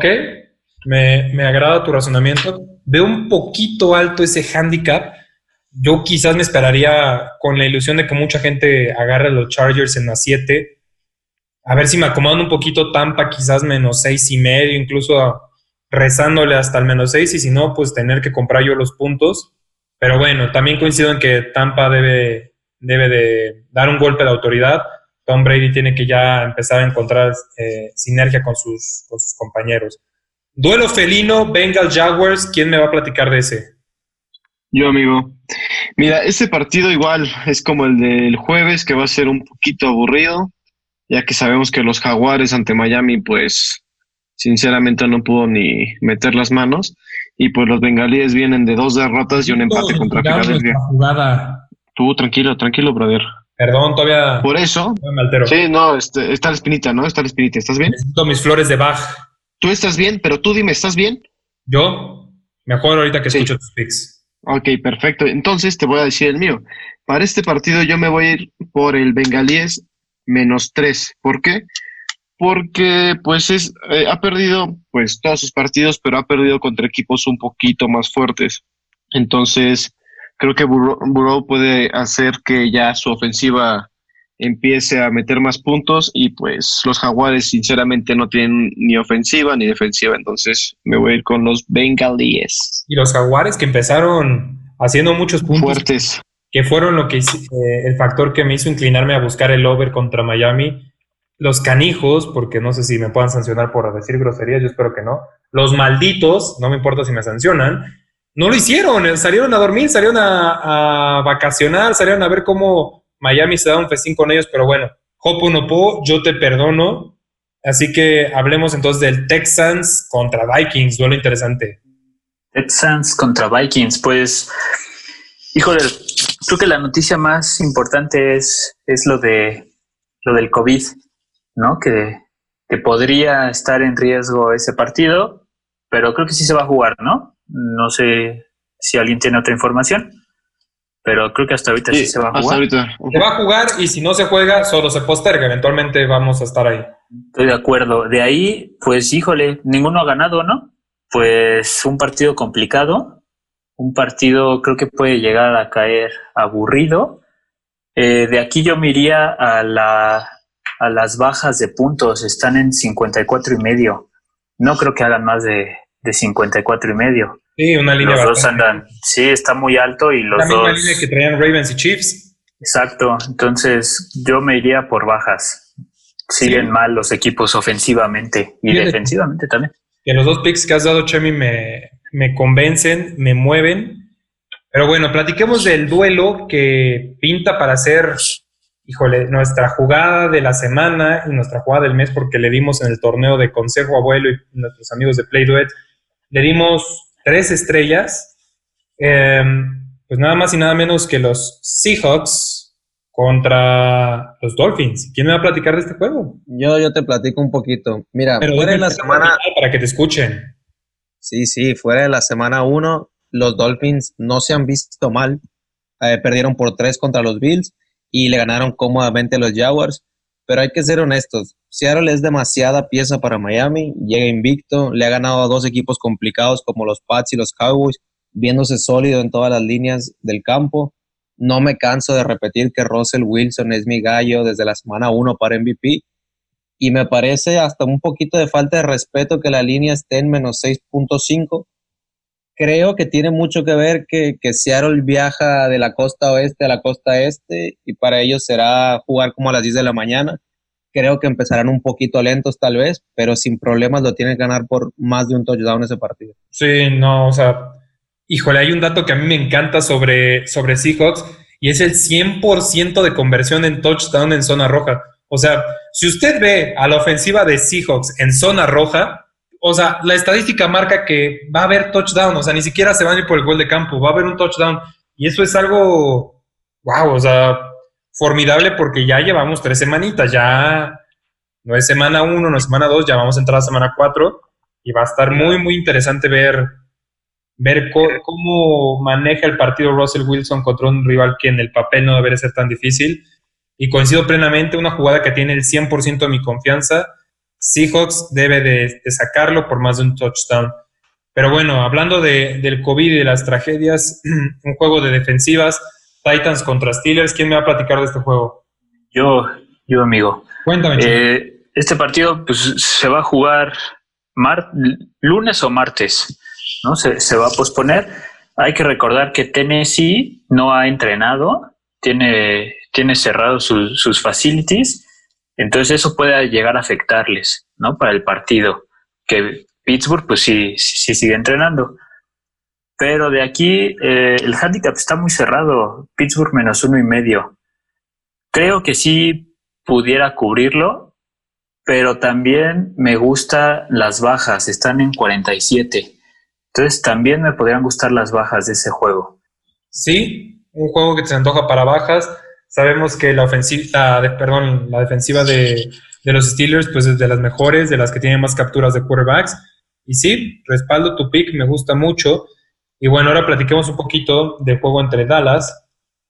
me, me agrada tu razonamiento. Veo un poquito alto ese handicap. Yo quizás me esperaría con la ilusión de que mucha gente agarre los Chargers en las siete. A ver si me acomodan un poquito Tampa, quizás menos seis y medio, incluso rezándole hasta el menos seis, y si no, pues tener que comprar yo los puntos. Pero bueno, también coincido en que Tampa debe, debe de dar un golpe de autoridad. Tom Brady tiene que ya empezar a encontrar eh, sinergia con sus, con sus compañeros. Duelo felino, Bengals Jaguars. ¿Quién me va a platicar de ese? Yo, amigo. Mira, este partido igual es como el del jueves, que va a ser un poquito aburrido, ya que sabemos que los Jaguares ante Miami, pues, sinceramente no pudo ni meter las manos. Y pues los bengalíes vienen de dos derrotas y un empate No, contra jugamos Filadelfia. la jugada. Tú, tranquilo, tranquilo, brother. Perdón, todavía. Por eso. Me altero. Sí, no, este, está la espinita, ¿no? Está la espinita. ¿Estás bien? Necesito mis flores de Bach. Tú estás bien, pero tú dime, ¿estás bien? Yo, mejor ahorita que Sí. escucho tus picks. Ok, perfecto. Entonces te voy a decir el mío. Para este partido yo me voy a ir por el bengalíes menos tres. ¿Por qué? Porque pues es, eh, ha perdido pues todos sus partidos, pero ha perdido contra equipos un poquito más fuertes. Entonces creo que Burrow, Burrow puede hacer que ya su ofensiva empiece a meter más puntos y pues los Jaguares sinceramente no tienen ni ofensiva ni defensiva. Entonces me voy a ir con los bengalíes. Y los Jaguares que empezaron haciendo muchos puntos. Fuertes. Que fueron lo que hice, eh, el factor que me hizo inclinarme a buscar el over contra Miami. Los canijos, porque no sé si me puedan sancionar por decir groserías, yo espero que no. Los malditos, no me importa si me sancionan, no lo hicieron, salieron a dormir, salieron a, a vacacionar, salieron a ver cómo Miami se da un festín con ellos, pero bueno, Hoponopo, yo te perdono. Así que hablemos entonces del Texans contra Vikings, duelo interesante. Texans contra Vikings, pues, híjole, creo que la noticia más importante es, es lo de lo del COVID, ¿no? Que, que podría estar en riesgo ese partido, pero creo que sí se va a jugar, ¿no? No sé si alguien tiene otra información, pero creo que hasta ahorita sí, sí se va a jugar. Hasta ahorita. Se va a jugar y si no se juega, solo se posterga. Eventualmente vamos a estar ahí. Estoy de acuerdo. De ahí, pues, híjole, ninguno ha ganado, ¿no? Pues un partido complicado, un partido creo que puede llegar a caer aburrido. Eh, de aquí yo me iría a la a las bajas de puntos, están en cincuenta y cuatro y medio. No creo que hagan más de, de cincuenta y cuatro y medio. Sí, una línea Los dos bastante. andan, sí, está muy alto y los La misma dos. línea que traían Ravens y Chiefs. Exacto, entonces yo me iría por bajas. Siguen Sí. mal los equipos ofensivamente y Fíjate. defensivamente también. Que los dos picks que has dado, Chemi, me, me convencen, me mueven. Pero bueno, platiquemos del duelo que pinta para ser, híjole, nuestra jugada de la semana y nuestra jugada del mes, porque le dimos en el torneo de Consejo Abuelo y nuestros amigos de Play Duet, le dimos tres estrellas. Eh, pues nada más y nada menos que los Seahawks contra los Dolphins. ¿Quién me va a platicar de este juego? Yo, yo te platico un poquito. Mira, Pero fuera de déjame la semana... para que te escuchen. Sí, sí, fuera de la semana uno, los Dolphins no se han visto mal. Eh, perdieron por tres contra los Bills y le ganaron cómodamente a los Jaguars. Pero hay que ser honestos. Seattle es demasiada pieza para Miami. Llega invicto. Le ha ganado a dos equipos complicados como los Pats y los Cowboys, viéndose sólido en todas las líneas del campo. No me canso de repetir que Russell Wilson es mi gallo desde la semana uno para M V P. Y me parece hasta un poquito de falta de respeto que la línea esté en menos seis punto cinco. Creo que tiene mucho que ver que, que Seattle viaja de la costa oeste a la costa este y para ellos será jugar como a las diez de la mañana, creo que empezarán un poquito lentos tal vez, pero sin problemas lo tienen que ganar por más de un touchdown ese partido. Sí, no, o sea, híjole, hay un dato que a mí me encanta sobre, sobre Seahawks y es el cien por ciento de conversión en touchdown en zona roja. O sea, si usted ve a la ofensiva de Seahawks en zona roja, o sea, la estadística marca que va a haber touchdown, o sea, ni siquiera se van a ir por el gol de campo, va a haber un touchdown. Y eso es algo, wow, o sea, formidable porque ya llevamos tres semanitas, ya no es semana uno, no es semana dos, ya vamos a entrar a semana cuatro y va a estar muy, muy interesante ver, ver co- cómo maneja el partido Russell Wilson contra un rival que en el papel no debería ser tan difícil. Y coincido plenamente, una jugada que tiene el cien por ciento de mi confianza. Seahawks debe de, de sacarlo por más de un touchdown. Pero bueno, hablando de, del COVID y de las tragedias, un juego de defensivas, Titans contra Steelers, ¿quién me va a platicar de este juego? Yo, yo amigo. Cuéntame. Eh, este partido pues, se va a jugar mar- lunes o martes, ¿no? Se, se va a posponer. Hay que recordar que Tennessee no ha entrenado, tiene, tiene cerrados su, sus facilities, entonces eso puede llegar a afectarles, ¿no? Para el partido, que Pittsburgh pues sí, sí, sí sigue entrenando. Pero de aquí eh, el handicap está muy cerrado, Pittsburgh menos uno y medio. Creo que sí pudiera cubrirlo, pero también me gustan las bajas, están en cuarenta y siete. Entonces también me podrían gustar las bajas de ese juego. Sí, un juego que se antoja para bajas. Sabemos que la ofensiva, la, perdón, la defensiva de, de los Steelers pues es de las mejores, de las que tienen más capturas de quarterbacks. Y sí, respaldo tu pick, me gusta mucho. Y bueno, ahora platiquemos un poquito del juego entre Dallas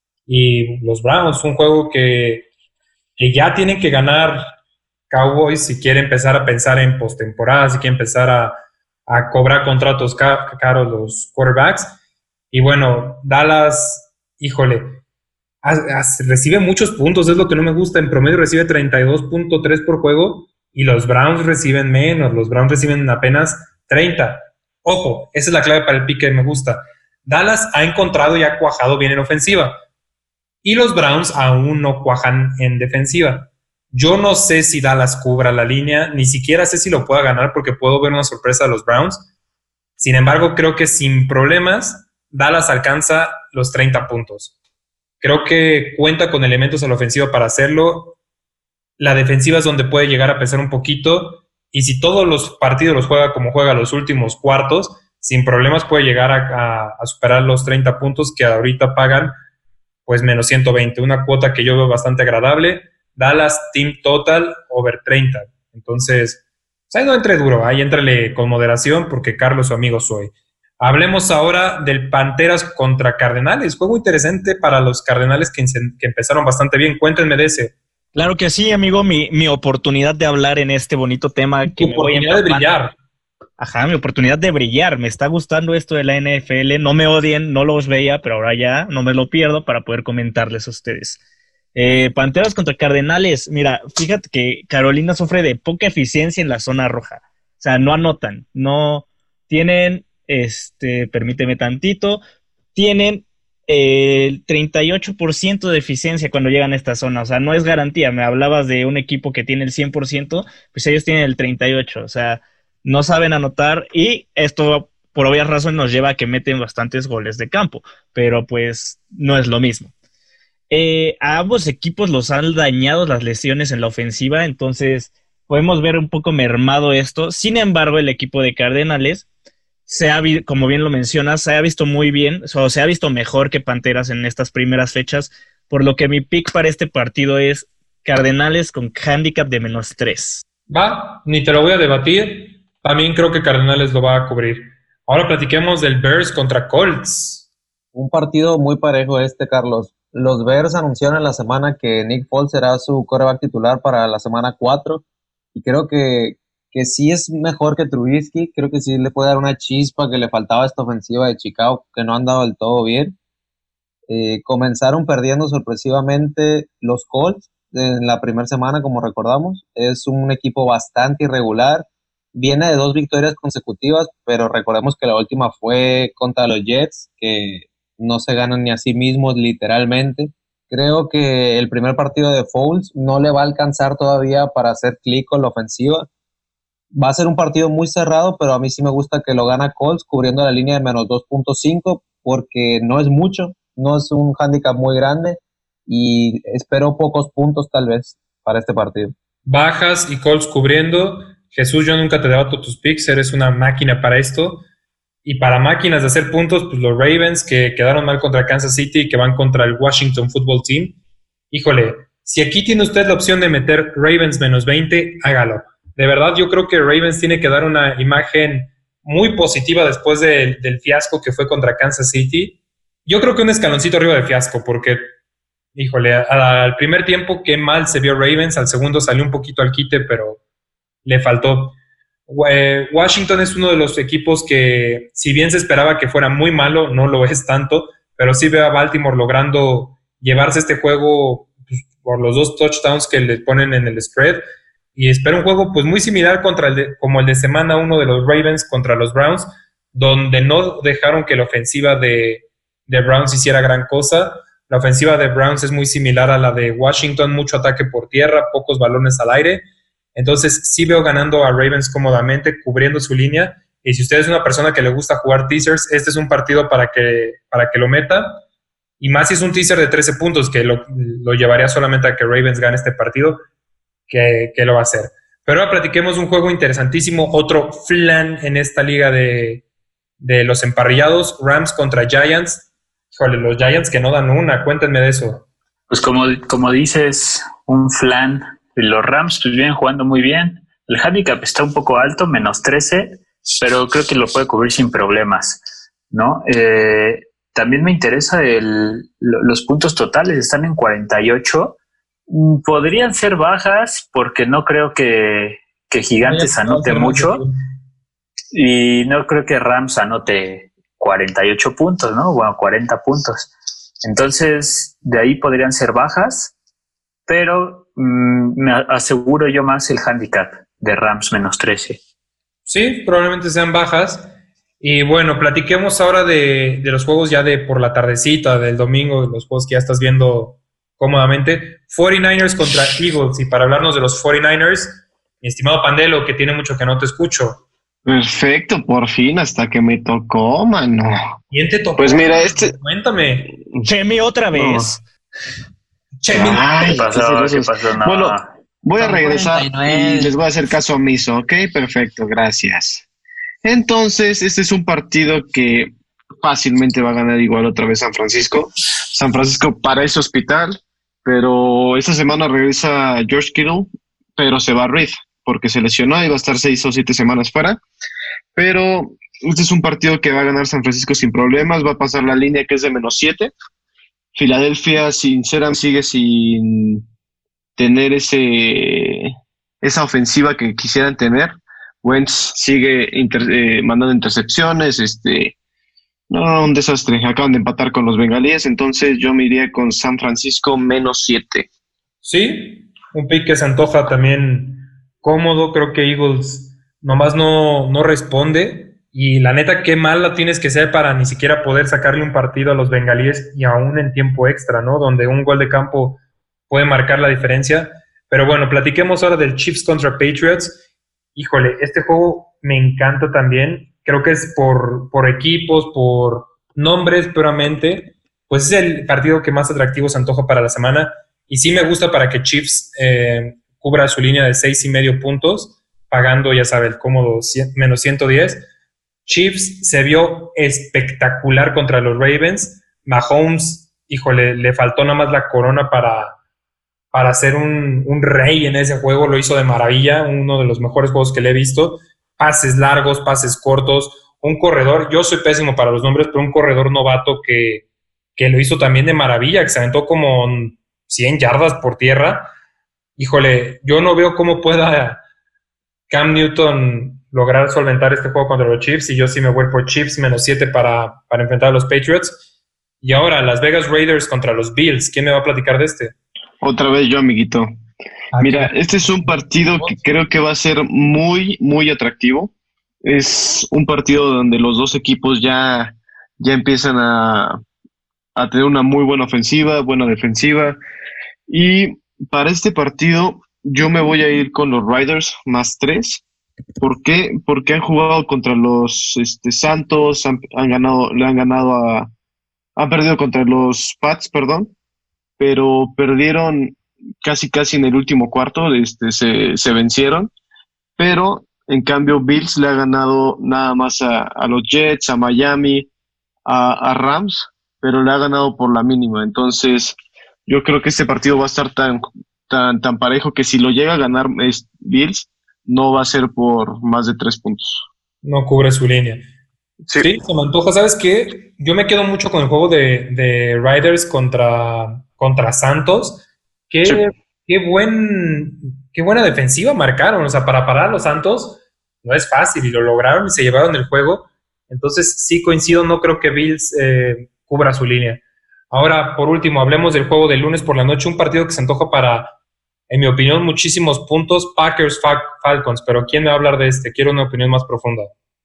y los Browns, un juego que, que ya tienen que ganar Cowboys si quiere empezar a pensar en postemporada, si quiere empezar a, a cobrar contratos ca- caros los quarterbacks. Y bueno, Dallas, híjole, a, a, recibe muchos puntos, es lo que no me gusta. En promedio recibe treinta y dos punto tres por juego y los Browns reciben menos, los Browns reciben apenas treinta. Ojo, esa es la clave para el pick que me gusta. Dallas ha encontrado y ha cuajado bien en ofensiva y los Browns aún no cuajan en defensiva. Yo no sé si Dallas cubra la línea, ni siquiera sé si lo pueda ganar porque puedo ver una sorpresa de los Browns. Sin embargo, creo que sin problemas Dallas alcanza los treinta puntos. Creo que cuenta con elementos a la ofensiva para hacerlo. La defensiva es donde puede llegar a pesar un poquito. Y si todos los partidos los juega como juega los últimos cuartos, sin problemas puede llegar a, a, a superar los treinta puntos que ahorita pagan, pues menos ciento veinte. Una cuota que yo veo bastante agradable. Dallas Team Total over treinta. Entonces, pues ahí no entre duro, ahí éntrale con moderación porque Carlos su amigo soy. Hablemos ahora del Panteras contra Cardenales. Juego interesante para los Cardenales que, que empezaron bastante bien. Cuéntenme de ese. Claro que sí, amigo, mi, mi oportunidad de hablar en este bonito tema. Que tu me voy oportunidad de brillar. Ajá, mi oportunidad de brillar. Me está gustando esto de la N F L. No me odien, no los veía, pero ahora ya no me lo pierdo para poder comentarles a ustedes. Eh, Panteras contra Cardenales. Mira, fíjate que Carolina sufre de poca eficiencia en la zona roja. O sea, no anotan, no tienen, este, permíteme tantito, tienen el treinta y ocho por ciento de eficiencia cuando llegan a esta zona. O sea, no es garantía. Me hablabas de un equipo que tiene el cien por ciento, pues ellos tienen el treinta y ocho por ciento. O sea, no saben anotar y esto, por obvias razones, nos lleva a que meten bastantes goles de campo. Pero pues no es lo mismo. Eh, a ambos equipos los han dañado las lesiones en la ofensiva, entonces podemos ver un poco mermado esto. Sin embargo, el equipo de Cardenales se ha, como bien lo mencionas, se ha visto muy bien, o se ha visto mejor que Panteras en estas primeras fechas, por lo que mi pick para este partido es Cardenales con handicap de menos tres. Va, ni te lo voy a debatir. También creo que Cardenales lo va a cubrir. Ahora platiquemos del Bears contra Colts. Un partido muy parejo este, Carlos. Los Bears anunciaron en la semana que Nick Foles será su quarterback titular para la semana cuatro y creo que que sí es mejor que Trubisky, creo que sí le puede dar una chispa que le faltaba a esta ofensiva de Chicago, que no han dado del todo bien. Eh, comenzaron perdiendo sorpresivamente los Colts en la primera semana, como recordamos. Es un equipo bastante irregular, viene de dos victorias consecutivas, pero recordemos que la última fue contra los Jets, que no se ganan ni a sí mismos literalmente. Creo que el primer partido de Foles no le va a alcanzar todavía para hacer clic con la ofensiva. Va a ser un partido muy cerrado, pero a mí sí me gusta que lo gana Colts cubriendo la línea de menos dos punto cinco porque no es mucho, no es un handicap muy grande y espero pocos puntos tal vez para este partido. Bajas y Colts cubriendo. Jesús, yo nunca te debato tus picks, eres una máquina para esto. Y para máquinas de hacer puntos, pues los Ravens que quedaron mal contra Kansas City y que van contra el Washington Football Team. Híjole, si aquí tiene usted la opción de meter Ravens menos veinte, hágalo. De verdad, yo creo que Ravens tiene que dar una imagen muy positiva después de, del fiasco que fue contra Kansas City. Yo creo que un escaloncito arriba de fiasco, porque, híjole, a, al primer tiempo qué mal se vio Ravens, al segundo salió un poquito al quite, pero le faltó. Washington es uno de los equipos que, si bien se esperaba que fuera muy malo, no lo es tanto, pero sí veo a Baltimore logrando llevarse este juego pues, por los dos touchdowns que le ponen en el spread, y espero un juego pues muy similar contra el de, como el de semana uno de los Ravens contra los Browns, donde no dejaron que la ofensiva de, de Browns hiciera gran cosa. La ofensiva de Browns es muy similar a la de Washington, mucho ataque por tierra, pocos balones al aire. Entonces sí veo ganando a Ravens cómodamente, cubriendo su línea. Y si usted es una persona que le gusta jugar teasers, este es un partido para que, para que lo meta. Y más si es un teaser de trece puntos, que lo, lo llevaría solamente a que Ravens gane este partido, que, que lo va a hacer. Pero ahora platiquemos un juego interesantísimo, otro flan en esta liga de, de los emparrillados, Rams contra Giants. Híjole, los Giants que no dan una, cuéntenme de eso. Pues como, como dices, un flan. Los Rams pues vienen jugando muy bien. El handicap está un poco alto, menos trece, pero creo que lo puede cubrir sin problemas, ¿no? Eh, también me interesa el, los puntos totales, están en cuarenta y ocho. Podrían ser bajas porque no creo que, que Gigantes anote mucho y no creo que Rams anote cuarenta y ocho puntos, ¿no? Bueno, cuarenta puntos. Entonces, de ahí podrían ser bajas, pero mmm, me aseguro yo más el handicap de Rams menos trece. Sí, probablemente sean bajas. Y bueno, platiquemos ahora de, de los juegos ya de por la tardecita del domingo, los juegos que ya estás viendo cómodamente. cuarenta y nueve ers contra Eagles. Y para hablarnos de los cuarenta y nueve ers, mi estimado Pandelo, que tiene mucho que no te escucho. Perfecto, por fin, hasta que me tocó, mano. ¿Quién te tocó? Pues mira, este... Cuéntame. Chemi otra vez. No. Chemi. Ay, ¿Qué pasó? ¿Qué pasó? No. Bueno, voy a regresar cuarenta y nueve. y les voy a hacer caso omiso, ¿ok? Perfecto, gracias. Entonces, este es un partido que fácilmente va a ganar igual otra vez San Francisco. San Francisco para ese hospital, pero esta semana regresa George Kittle, pero se va a Reed porque se lesionó y va a estar seis o siete semanas fuera. Pero este es un partido que va a ganar San Francisco sin problemas, va a pasar la línea que es de menos siete. Filadelfia, sinceramente, sigue sin tener ese esa ofensiva que quisieran tener. Wentz sigue inter, eh, mandando intercepciones, este, no, un desastre. Acaban de empatar con los bengalíes, entonces yo me iría con San Francisco menos siete. Sí, un pick que se antoja también cómodo. Creo que Eagles nomás no, no responde. Y la neta, qué mala tienes que ser para ni siquiera poder sacarle un partido a los bengalíes y aún en tiempo extra, ¿no? Donde un gol de campo puede marcar la diferencia. Pero bueno, platiquemos ahora del Chiefs contra Patriots. Híjole, este juego me encanta también. Creo que es por, por equipos, por nombres puramente. Pues es el partido que más atractivo se antoja para la semana. Y sí me gusta para que Chiefs eh, cubra su línea de seis y medio puntos, pagando, ya sabe, el cómodo cien, menos ciento diez. Chiefs se vio espectacular contra los Ravens. Mahomes, híjole, le faltó nada más la corona para... para ser un, un rey en ese juego. Lo hizo de maravilla, uno de los mejores juegos que le he visto. Pases largos, pases cortos, un corredor, yo soy pésimo para los nombres, pero un corredor novato que, que lo hizo también de maravilla, que se aventó como cien yardas por tierra. Híjole, yo no veo cómo pueda Cam Newton lograr solventar este juego contra los Chiefs, y yo sí me voy por Chiefs menos siete para, para enfrentar a los Patriots. Y ahora, Las Vegas Raiders contra los Bills. ¿Quién me va a platicar de este? Otra vez yo, amiguito. Aquí. Mira, este es un partido que creo que va a ser muy, muy atractivo. Es un partido donde los dos equipos ya, ya empiezan a, a tener una muy buena ofensiva, buena defensiva. Y para este partido yo me voy a ir con los Riders más tres. ¿Por qué? Porque han jugado contra los este, Santos, han, han ganado, le han ganado a, han perdido contra los Pats, perdón, pero perdieron casi casi en el último cuarto, este, se, se vencieron, pero en cambio Bills le ha ganado nada más a, a los Jets, a Miami, a, a Rams, pero le ha ganado por la mínima. Entonces yo creo que este partido va a estar tan, tan, tan parejo que si lo llega a ganar es Bills, no va a ser por más de tres puntos. No cubre su línea. Sí, sí, se me antoja. ¿Sabes qué? Yo me quedo mucho con el juego de, de Riders contra, contra Santos. Qué, sí. qué, buen, qué buena defensiva marcaron. O sea, para parar a los Santos no es fácil y lo lograron y se llevaron el juego. Entonces, sí coincido, no creo que Bills eh, cubra su línea. Ahora, por último, hablemos del juego del lunes por la noche. Un partido que se antoja para, en mi opinión, muchísimos puntos. Packers, Fal- Falcons. Pero ¿quién me va a hablar de este? Quiero una opinión más profunda.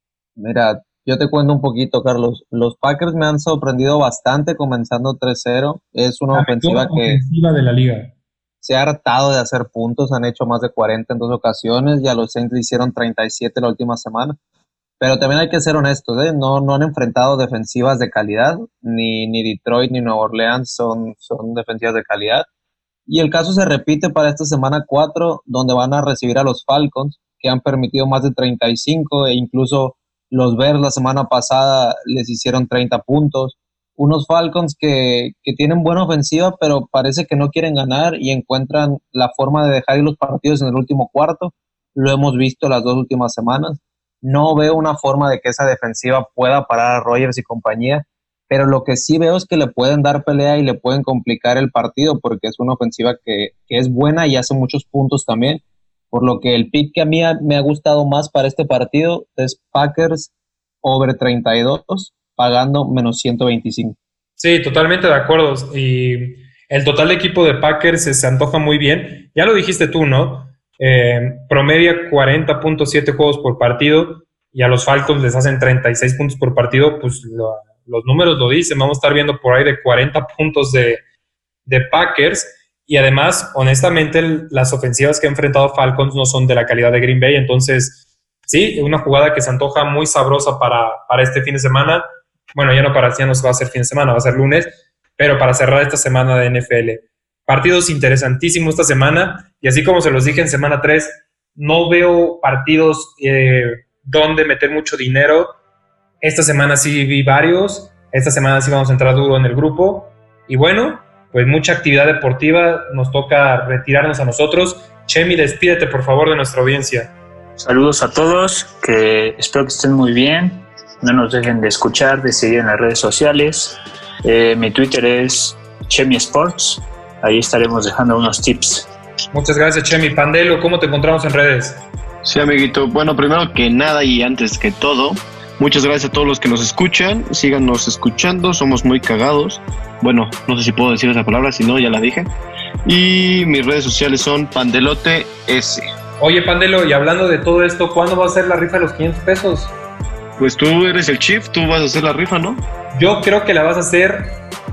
Mira, yo te cuento un poquito, Carlos. Los Packers me han sorprendido bastante comenzando tres cero. Es una La ofensiva mejor que ofensiva de la liga. se ha hartado de hacer puntos. Han hecho más de cuarenta en dos ocasiones y a los Saints le hicieron treinta y siete la última semana. Pero también hay que ser honestos, ¿eh? No, no han enfrentado defensivas de calidad. Ni, ni Detroit ni Nueva Orleans son, son defensivas de calidad. Y el caso se repite para esta semana cuatro, donde van a recibir a los Falcons, que han permitido más de treinta y cinco, e incluso los Bears la semana pasada les hicieron treinta puntos. Unos Falcons que, que tienen buena ofensiva, pero parece que no quieren ganar y encuentran la forma de dejar ir los partidos en el último cuarto. Lo hemos visto las dos últimas semanas. No veo una forma de que esa defensiva pueda parar a Rodgers y compañía, pero lo que sí veo es que le pueden dar pelea y le pueden complicar el partido porque es una ofensiva que, que es buena y hace muchos puntos también. Por lo que el pick que a mí me ha gustado más para este partido es Packers over treinta y dos, pagando menos ciento veinticinco. Sí, totalmente de acuerdo. Y el total de equipo de Packers se, se antoja muy bien. Ya lo dijiste tú, ¿no? Eh, promedia cuarenta punto siete juegos por partido y a los Falcons les hacen treinta y seis puntos por partido. Pues lo, los números lo dicen. Vamos a estar viendo por ahí de cuarenta puntos de, de Packers. Y además, honestamente, las ofensivas que ha enfrentado Falcons no son de la calidad de Green Bay. Entonces, sí, una jugada que se antoja muy sabrosa para, para este fin de semana. Bueno, ya no para ya no va a ser fin de semana, va a ser lunes, pero para cerrar esta semana de N F L. Partidos interesantísimos esta semana. Y así como se los dije en semana tres, no veo partidos eh, donde meter mucho dinero. Esta semana sí vi varios. Esta semana sí vamos a entrar duro en el grupo. Y bueno, pues mucha actividad deportiva, nos toca retirarnos a nosotros. Chemi, despídete por favor de nuestra audiencia. Saludos a todos, que espero que estén muy bien. No nos dejen de escuchar, de seguir en las redes sociales. Eh, mi Twitter es Chemi Sports, ahí estaremos dejando unos tips. Muchas gracias, Chemi. Pandelo, ¿cómo te encontramos en redes? Sí, amiguito. Bueno, primero que nada y antes que todo, muchas gracias a todos los que nos escuchan. Síganos escuchando, somos muy cagados. Bueno, no sé si puedo decir esa palabra, si no, ya la dije. Y mis redes sociales son Pandelote S. Oye, Pandelo, y hablando de todo esto, ¿cuándo va a ser la rifa de los quinientos pesos? Pues tú eres el chief, tú vas a hacer la rifa, ¿no? Yo creo que la vas a hacer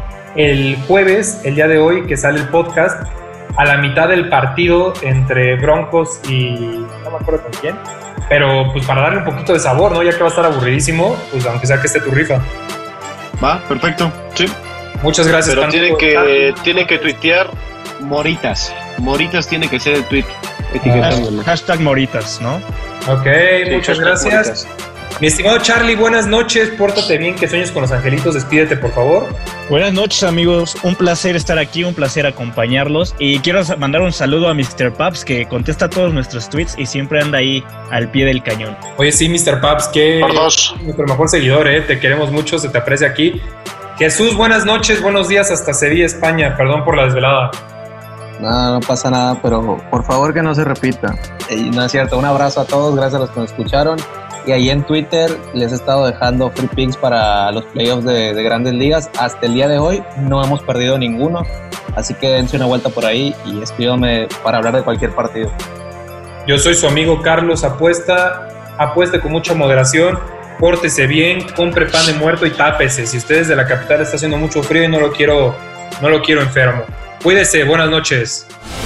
el jueves, el día de hoy, que sale el podcast, a la mitad del partido entre Broncos y... no me acuerdo con quién. Pero pues para darle un poquito de sabor, ¿no? Ya que va a estar aburridísimo, pues aunque sea que esté tu rifa. Va, perfecto, sí. Muchas gracias. Pero tienen que, tienen que tuitear Moritas. Moritas tiene que ser el tweet. Hashtag, hashtag Moritas, ¿no? Ok, sí, muchas gracias. Moritas. Mi estimado Charlie, buenas noches. Pórtate bien, que sueñes con los angelitos. Despídete, por favor. Buenas noches, amigos. Un placer estar aquí, un placer acompañarlos. Y quiero mandar un saludo a mister Paps, que contesta todos nuestros tweets y siempre anda ahí al pie del cañón. Oye, sí, mister Paps, que es nuestro mejor seguidor, ¿eh? Te queremos mucho, se te aprecia aquí. Jesús, buenas noches, buenos días hasta Sevilla, España. Perdón por la desvelada. No, no pasa nada, pero por favor que no se repita. Y no es cierto, un abrazo a todos, gracias a los que nos escucharon. Y ahí en Twitter les he estado dejando free picks para los playoffs de, de Grandes Ligas. Hasta el día de hoy no hemos perdido ninguno, así que dense una vuelta por ahí y escríbanme para hablar de cualquier partido. Yo soy su amigo Carlos Apuesta. Apueste con mucha moderación. pórtese bien, compre pan de muerto y tápese. Si ustedes de la capital está haciendo mucho frío y no lo quiero, no lo quiero enfermo. Cuídese, buenas noches.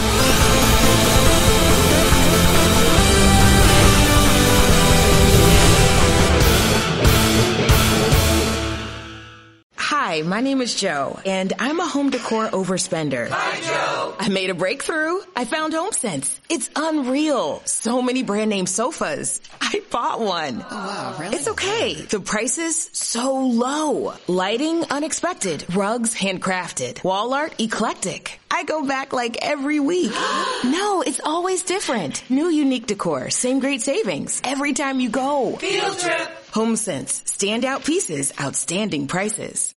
Hi, my name is Joe, and I'm a home decor overspender. Hi, Joe. I made a breakthrough. I found HomeSense. It's unreal. So many brand name sofas. I bought one. Oh, wow, really? It's okay. The prices, so low. Lighting, unexpected. Rugs, handcrafted. Wall art, eclectic. I go back like every week. No, it's always different. New unique decor, same great savings. Every time you go. Field trip. HomeSense. Standout pieces, outstanding prices.